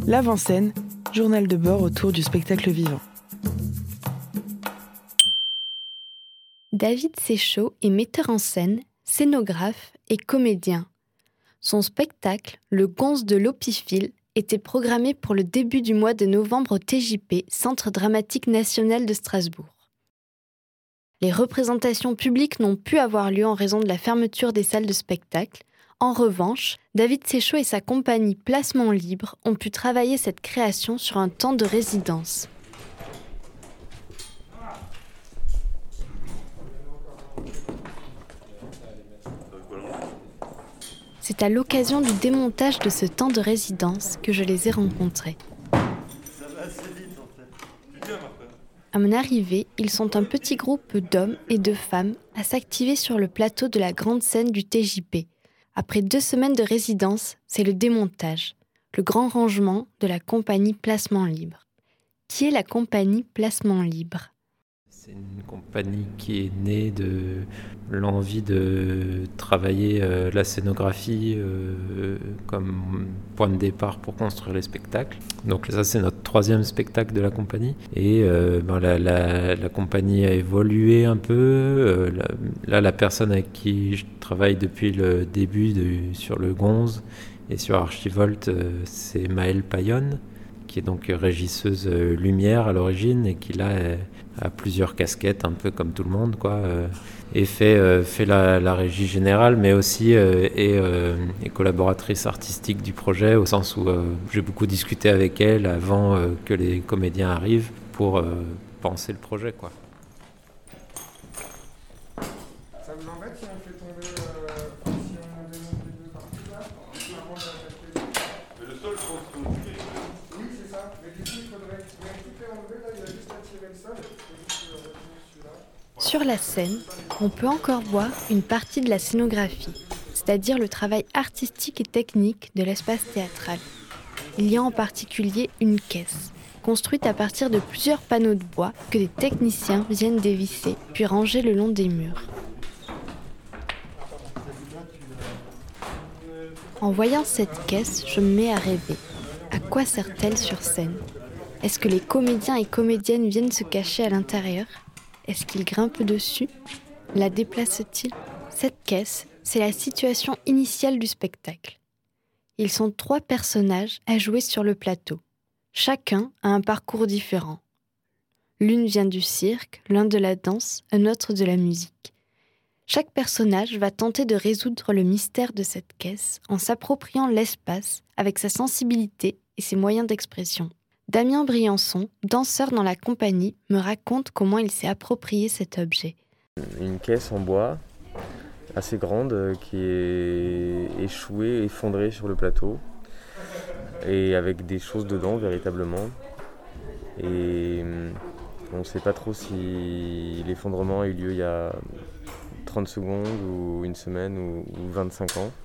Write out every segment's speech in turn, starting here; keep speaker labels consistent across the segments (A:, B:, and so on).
A: L'avant-scène, journal de bord autour du spectacle vivant.
B: David Séchaud est metteur en scène, scénographe et comédien. Son spectacle, Le Gonze de l'Opifile, était programmé pour le début du mois de novembre au TJP, Centre dramatique national de Strasbourg. Les représentations publiques n'ont pu avoir lieu en raison de la fermeture des salles de spectacle. En revanche, David Séchaud et sa compagnie Placement Libre ont pu travailler cette création sur un temps de résidence. C'est à l'occasion du démontage de ce temps de résidence que je les ai rencontrés. À mon arrivée, ils sont un petit groupe d'hommes et de femmes à s'activer sur le plateau de la grande scène du TJP. Après 2 semaines de résidence, c'est le démontage, le grand rangement de la compagnie Placement Libre. Qui est la compagnie Placement Libre ?
C: C'est une compagnie qui est née de l'envie de travailler la scénographie comme point de départ pour construire les spectacles. Donc ça, c'est notre 3e spectacle de la compagnie. Et la compagnie a évolué un peu. La personne avec qui je travaille depuis le début sur le Gonze et sur Archivolt, c'est Maëlle Payonne, qui est donc régisseuse lumière à l'origine et qui là a plusieurs casquettes, un peu comme tout le monde, quoi, et fait la régie générale, mais aussi est collaboratrice artistique du projet, au sens où j'ai beaucoup discuté avec elle avant que les comédiens arrivent pour penser le projet, quoi.
D: Ça vous embête si on fait tomber, si on démonte les 2 parties là, avant d'attaquer le sol, je pense que oui, c'est ça. Mais du coup, il faudrait tout faire enlever. Là, il y a juste à tirer le sol.
B: Sur la scène, on peut encore voir une partie de la scénographie, c'est-à-dire le travail artistique et technique de l'espace théâtral. Il y a en particulier une caisse, construite à partir de plusieurs panneaux de bois que des techniciens viennent dévisser puis ranger le long des murs. En voyant cette caisse, je me mets à rêver. À quoi sert-elle sur scène ? Est-ce que les comédiens et comédiennes viennent se cacher à l'intérieur ? Est-ce qu'ils grimpent dessus ? La déplacent-ils ? Cette caisse, c'est la situation initiale du spectacle. Ils sont 3 personnages à jouer sur le plateau. Chacun a un parcours différent. L'une vient du cirque, l'un de la danse, un autre de la musique. Chaque personnage va tenter de résoudre le mystère de cette caisse en s'appropriant l'espace avec sa sensibilité et ses moyens d'expression. Damien Briançon, danseur dans la compagnie, me raconte comment il s'est approprié cet objet.
E: Une caisse en bois assez grande qui est échouée, effondrée sur le plateau et avec des choses dedans véritablement. Et on ne sait pas trop si l'effondrement a eu lieu il y a 30 secondes ou 1 semaine ou 25 ans.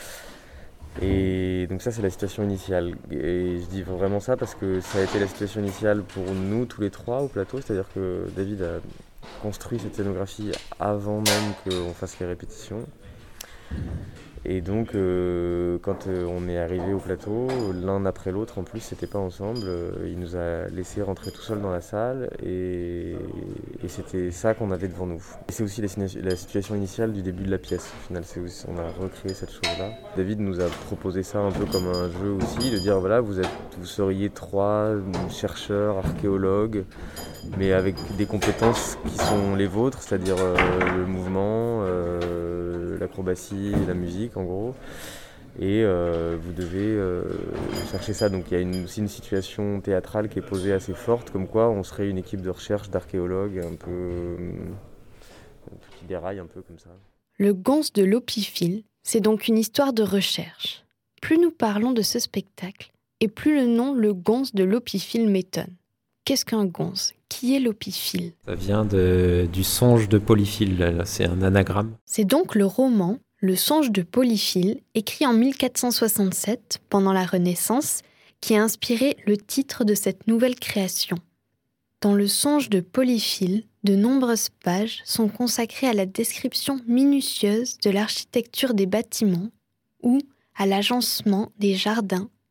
E: Et donc ça, c'est la situation initiale. Et je dis vraiment ça parce que ça a été la situation initiale pour nous tous les 3 au plateau. C'est-à-dire que David a construit cette scénographie avant même qu'on fasse les répétitions. Et donc quand on est arrivé au plateau, l'un après l'autre, en plus c'était pas ensemble, il nous a laissé rentrer tout seul dans la salle et c'était ça qu'on avait devant nous. Et c'est aussi la situation initiale du début de la pièce. Au final, on a recréé cette chose-là. David nous a proposé ça un peu comme un jeu aussi, de dire voilà, vous seriez 3 chercheurs, archéologues, mais avec des compétences qui sont les vôtres, c'est-à-dire le mouvement, l'acrobatie, la musique en gros, et vous devez chercher ça. Donc il y a aussi une situation théâtrale qui est posée assez forte, comme quoi on serait une équipe de recherche d'archéologues un peu qui déraille un peu comme ça.
B: Le Gonze de l'Opifile, c'est donc une histoire de recherche. Plus nous parlons de ce spectacle, et plus le nom Le Gonze de l'Opifile m'étonne. Qu'est-ce qu'un gonze ? Qui est l'opifile ?
C: Ça vient du songe de Polyphile, là, c'est un anagramme.
B: C'est donc le roman Le songe de Polyphile, écrit en 1467, pendant la Renaissance, qui a inspiré le titre de cette nouvelle création. Dans le songe de Polyphile, de nombreuses pages sont consacrées à la description minutieuse de l'architecture des bâtiments ou à l'agencement des jardins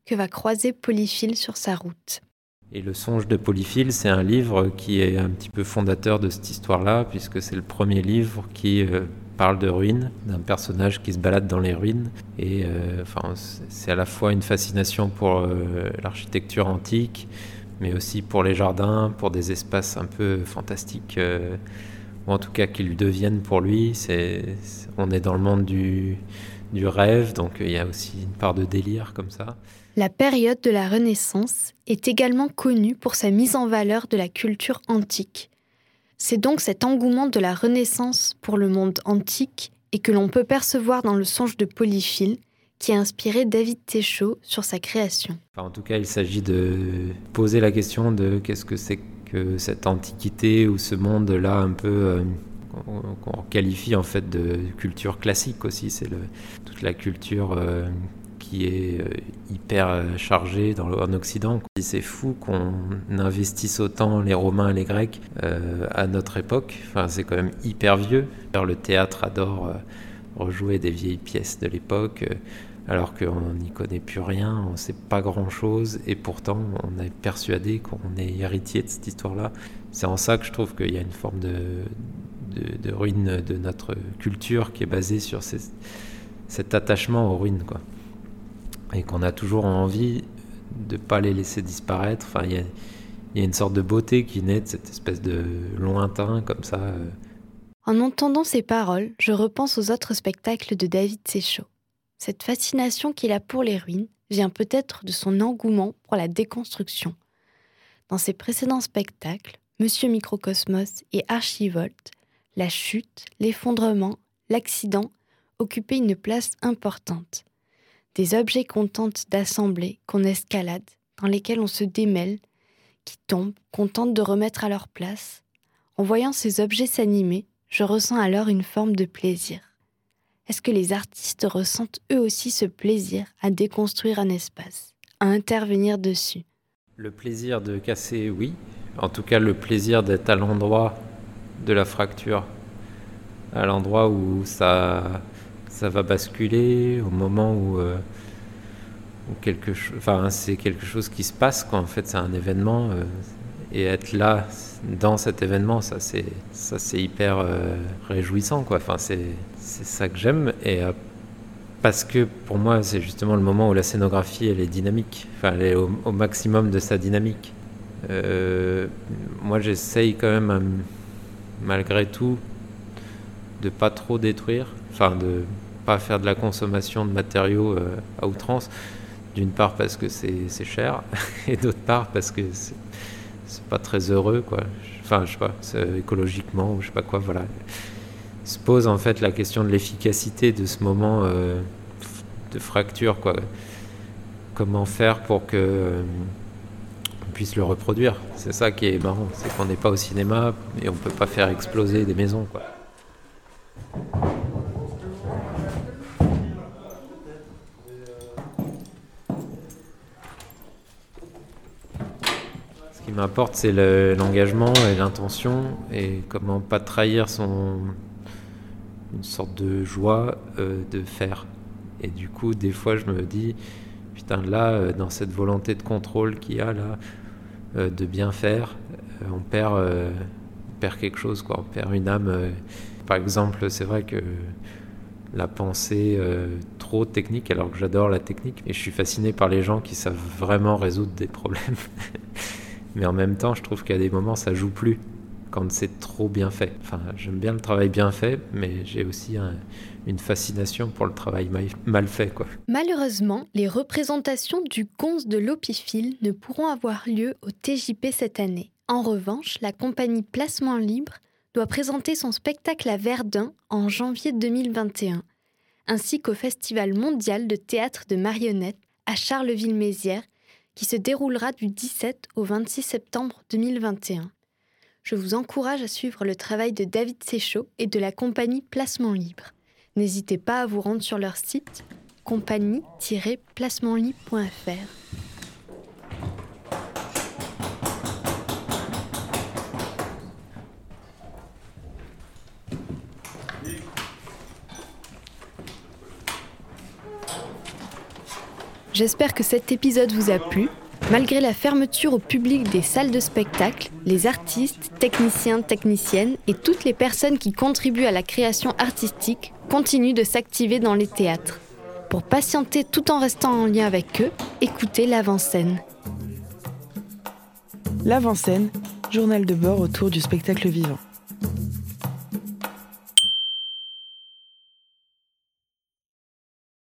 B: que va croiser Polyphile sur sa route.
C: Et Le Songe de Polyphile, c'est un livre qui est un petit peu fondateur de cette histoire-là, puisque c'est le premier livre qui parle de ruines, d'un personnage qui se balade dans les ruines. Et c'est à la fois une fascination pour l'architecture antique, mais aussi pour les jardins, pour des espaces un peu fantastiques, ou en tout cas qui lui deviennent pour lui. On est dans le monde du rêve, donc il y a aussi une part de délire comme ça.
B: La période de la Renaissance est également connue pour sa mise en valeur de la culture antique. C'est donc cet engouement de la Renaissance pour le monde antique et que l'on peut percevoir dans Le Songe de Polyphile qui a inspiré David Téchault sur sa création.
C: En tout cas, il s'agit de poser la question de qu'est-ce que c'est que cette antiquité ou ce monde-là un peu qu'on qualifie en fait de culture classique aussi. C'est toute la culture qui est hyper chargée en Occident. C'est fou qu'on investisse autant les Romains et les Grecs à notre époque. Enfin, c'est quand même hyper vieux. Le théâtre adore rejouer des vieilles pièces de l'époque, alors qu'on n'y connaît plus rien, on ne sait pas grand-chose, et pourtant on est persuadé qu'on est héritier de cette histoire-là. C'est en ça que je trouve qu'il y a une forme de ruine de notre culture qui est basée sur cet attachement aux ruines, quoi. Et qu'on a toujours envie de ne pas les laisser disparaître. Enfin, il y a une sorte de beauté qui naît de cette espèce de lointain comme ça.
B: En entendant ces paroles, je repense aux autres spectacles de David Téchault. Cette fascination qu'il a pour les ruines vient peut-être de son engouement pour la déconstruction. Dans ses précédents spectacles, Monsieur Microcosmos et Archivolte, la chute, l'effondrement, l'accident occupaient une place importante. Des objets qu'on tente d'assembler, qu'on escalade, dans lesquels on se démêle, qui tombent, qu'on tente de remettre à leur place. En voyant ces objets s'animer, je ressens alors une forme de plaisir. Est-ce que les artistes ressentent eux aussi ce plaisir à déconstruire un espace, à intervenir dessus ?
C: Le plaisir de casser, oui. En tout cas, le plaisir d'être à l'endroit de la fracture, à l'endroit où ça va basculer, au moment où c'est quelque chose qui se passe, quoi. En fait, c'est un événement, et être là, dans cet événement, ça c'est hyper réjouissant, quoi. Enfin, c'est ça que j'aime, et parce que pour moi, c'est justement le moment où la scénographie, elle est dynamique, enfin, elle est au maximum de sa dynamique. Moi, j'essaye quand même, malgré tout, de pas trop détruire, enfin de pas faire de la consommation de matériaux à outrance, d'une part parce que c'est cher et d'autre part parce que c'est pas très heureux, quoi. Enfin, je sais pas, écologiquement ou je sais pas quoi, voilà. Se pose en fait la question de l'efficacité de ce moment de fracture, quoi. Comment faire pour que on puisse le reproduire. C'est ça qui est marrant, c'est qu'on n'est pas au cinéma et on peut pas faire exploser des maisons, quoi. Ce qui m'importe, c'est l'engagement et l'intention, et comment pas trahir une sorte de joie de faire. Et du coup, des fois, je me dis, putain, là, dans cette volonté de contrôle qu'il y a là, de bien faire, on perd quelque chose, quoi. On perd une âme. Par exemple, c'est vrai que la pensée trop technique, alors que j'adore la technique, et je suis fasciné par les gens qui savent vraiment résoudre des problèmes. Mais en même temps, je trouve qu'à des moments, ça joue plus quand c'est trop bien fait. Enfin, j'aime bien le travail bien fait, mais j'ai aussi une fascination pour le travail mal fait, quoi.
B: Malheureusement, les représentations du Gonze de l'Opifile ne pourront avoir lieu au TJP cette année. En revanche, la compagnie Placement Libre doit présenter son spectacle à Verdun en janvier 2021, ainsi qu'au Festival mondial de théâtre de marionnettes à Charleville-Mézières, qui se déroulera du 17 au 26 septembre 2021. Je vous encourage à suivre le travail de David Téchault et de la compagnie Placement Libre. N'hésitez pas à vous rendre sur leur site compagnie-placementlibre.fr. J'espère que cet épisode vous a plu. Malgré la fermeture au public des salles de spectacle, les artistes, techniciens, techniciennes et toutes les personnes qui contribuent à la création artistique continuent de s'activer dans les théâtres. Pour patienter tout en restant en lien avec eux, écoutez l'avant-scène.
A: L'avant-scène, journal de bord autour du spectacle vivant.